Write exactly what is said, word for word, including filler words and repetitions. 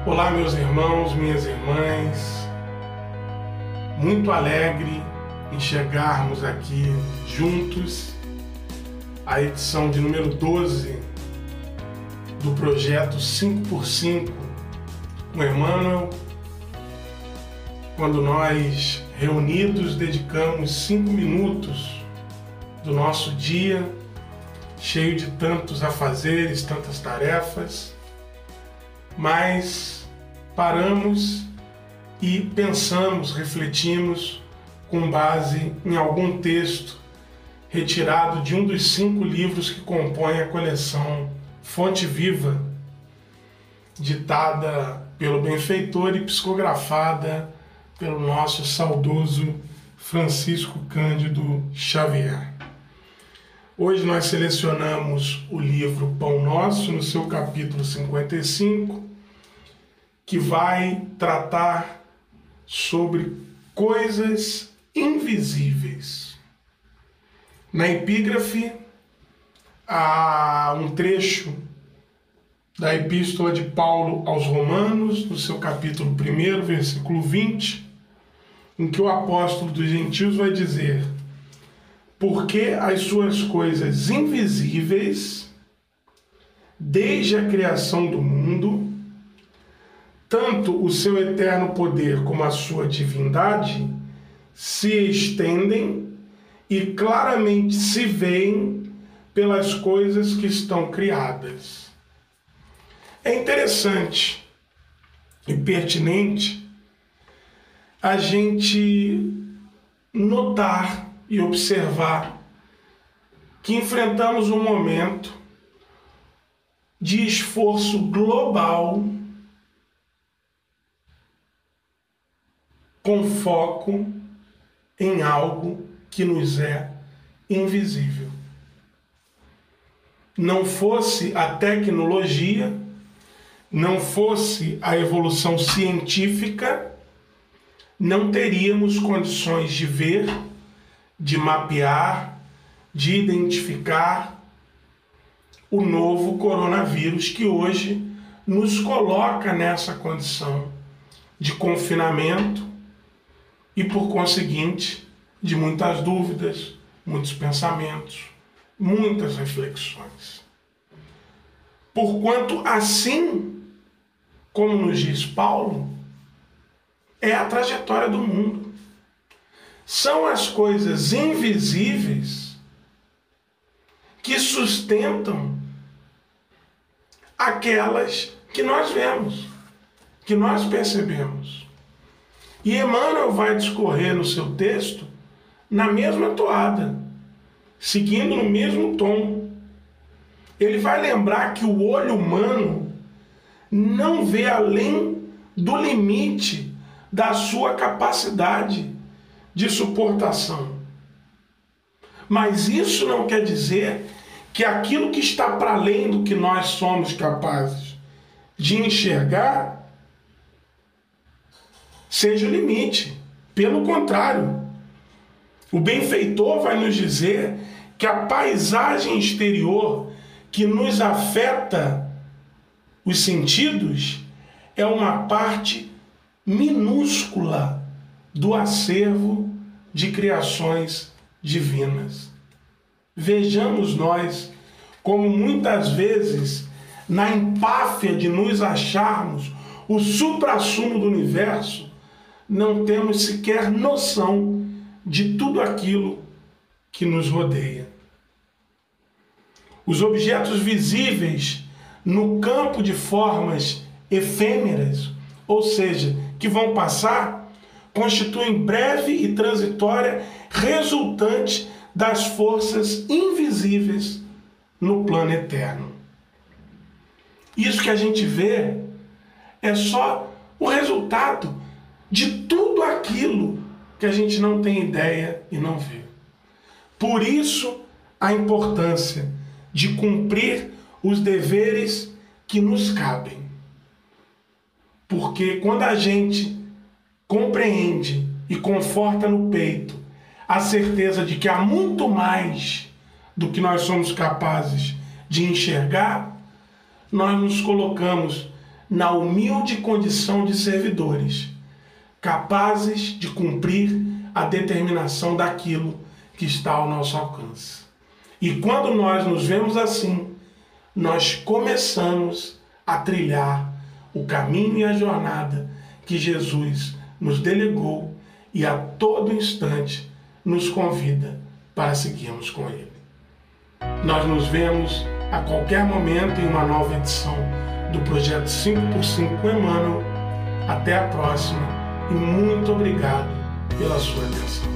Olá, meus irmãos, minhas irmãs, muito alegre em chegarmos aqui juntos à edição de número doze do projeto cinco por cinco com Emmanuel, quando nós reunidos dedicamos cinco minutos do nosso dia, cheio de tantos afazeres, tantas tarefas, mas paramos e pensamos, refletimos com base em algum texto retirado de um dos cinco livros que compõem a coleção Fonte Viva, ditada pelo benfeitor e psicografada pelo nosso saudoso Francisco Cândido Xavier. Hoje nós selecionamos o livro Pão Nosso, no seu capítulo cinquenta e cinco, que vai tratar sobre coisas invisíveis. Na epígrafe, há um trecho da Epístola de Paulo aos Romanos, no seu capítulo um, versículo vinte, em que o apóstolo dos gentios vai dizer: porque as suas coisas invisíveis, desde a criação do mundo, tanto o seu eterno poder como a sua divindade, se estendem e claramente se veem pelas coisas que estão criadas. É interessante e pertinente a gente notar e observar que enfrentamos um momento de esforço global com foco em algo que nos é invisível. Não fosse a tecnologia, não fosse a evolução científica, não teríamos condições de ver, de mapear, de identificar o novo coronavírus que hoje nos coloca nessa condição de confinamento e, por conseguinte, de muitas dúvidas, muitos pensamentos, muitas reflexões. Porquanto, assim como nos diz Paulo, é a trajetória do mundo. São as coisas invisíveis que sustentam aquelas que nós vemos, que nós percebemos. E Emmanuel vai discorrer no seu texto na mesma toada, seguindo no mesmo tom. Ele vai lembrar que o olho humano não vê além do limite da sua capacidade de suportação. Mas isso não quer dizer que aquilo que está para além do que nós somos capazes de enxergar seja o limite. Pelo contrário, o benfeitor vai nos dizer que a paisagem exterior que nos afeta os sentidos é uma parte minúscula do acervo de criações divinas. Vejamos nós como muitas vezes, na empáfia de nos acharmos o suprassumo do universo, não temos sequer noção de tudo aquilo que nos rodeia. Os objetos visíveis no campo de formas efêmeras, ou seja, que vão passar, constituem breve e transitória resultante das forças invisíveis no plano eterno. Isso que a gente vê é só o resultado de tudo aquilo que a gente não tem ideia e não vê. Por isso, a importância de cumprir os deveres que nos cabem. Porque quando a gente compreende e conforta no peito a certeza de que há muito mais do que nós somos capazes de enxergar, nós nos colocamos na humilde condição de servidores, capazes de cumprir a determinação daquilo que está ao nosso alcance. E quando nós nos vemos assim, nós começamos a trilhar o caminho e a jornada que Jesus nos delegou e a todo instante nos convida para seguirmos com Ele. Nós nos vemos a qualquer momento em uma nova edição do Projeto cinco por cinco com Emmanuel. Até a próxima e muito obrigado pela sua atenção.